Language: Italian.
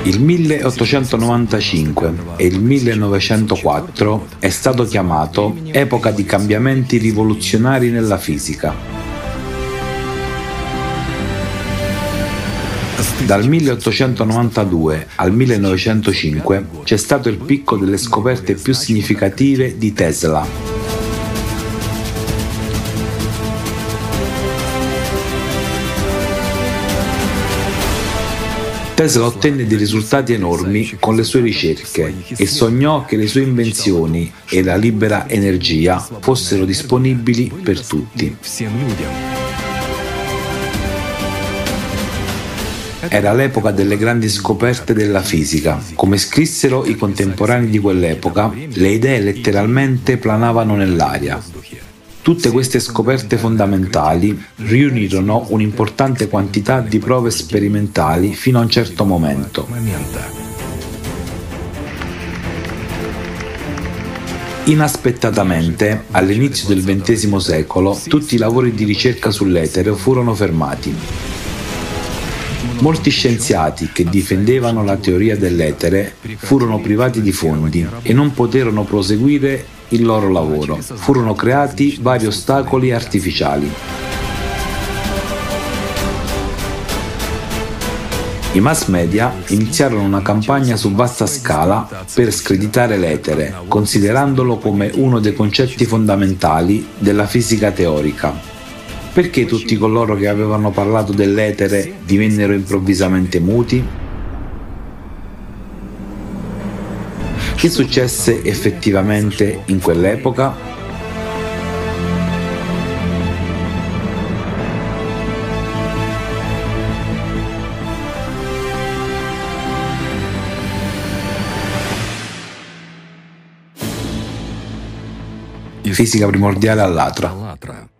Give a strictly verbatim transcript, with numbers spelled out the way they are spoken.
Il milleottocentonovantacinque e il millenovecentoquattro è stato chiamato epoca di cambiamenti rivoluzionari nella fisica. Dal milleottocentonovantadue al millenovecentocinque c'è stato il picco delle scoperte più significative di Tesla. Tesla ottenne dei risultati enormi con le sue ricerche e sognò che le sue invenzioni e la libera energia fossero disponibili per tutti. Era l'epoca delle grandi scoperte della fisica. Come scrissero i contemporanei di quell'epoca, le idee letteralmente planavano nell'aria. Tutte queste scoperte fondamentali riunirono un'importante quantità di prove sperimentali fino a un certo momento. Inaspettatamente, all'inizio del ventesimo secolo, tutti i lavori di ricerca sull'etere furono fermati. Molti scienziati che difendevano la teoria dell'etere furono privati di fondi e non poterono proseguire il loro lavoro. Furono creati vari ostacoli artificiali. I mass media iniziarono una campagna su vasta scala per screditare l'etere, considerandolo come uno dei concetti fondamentali della fisica teorica. Perché tutti coloro che avevano parlato dell'etere divennero improvvisamente muti? Che successe effettivamente in quell'epoca? Fisica primordiale all'Atra.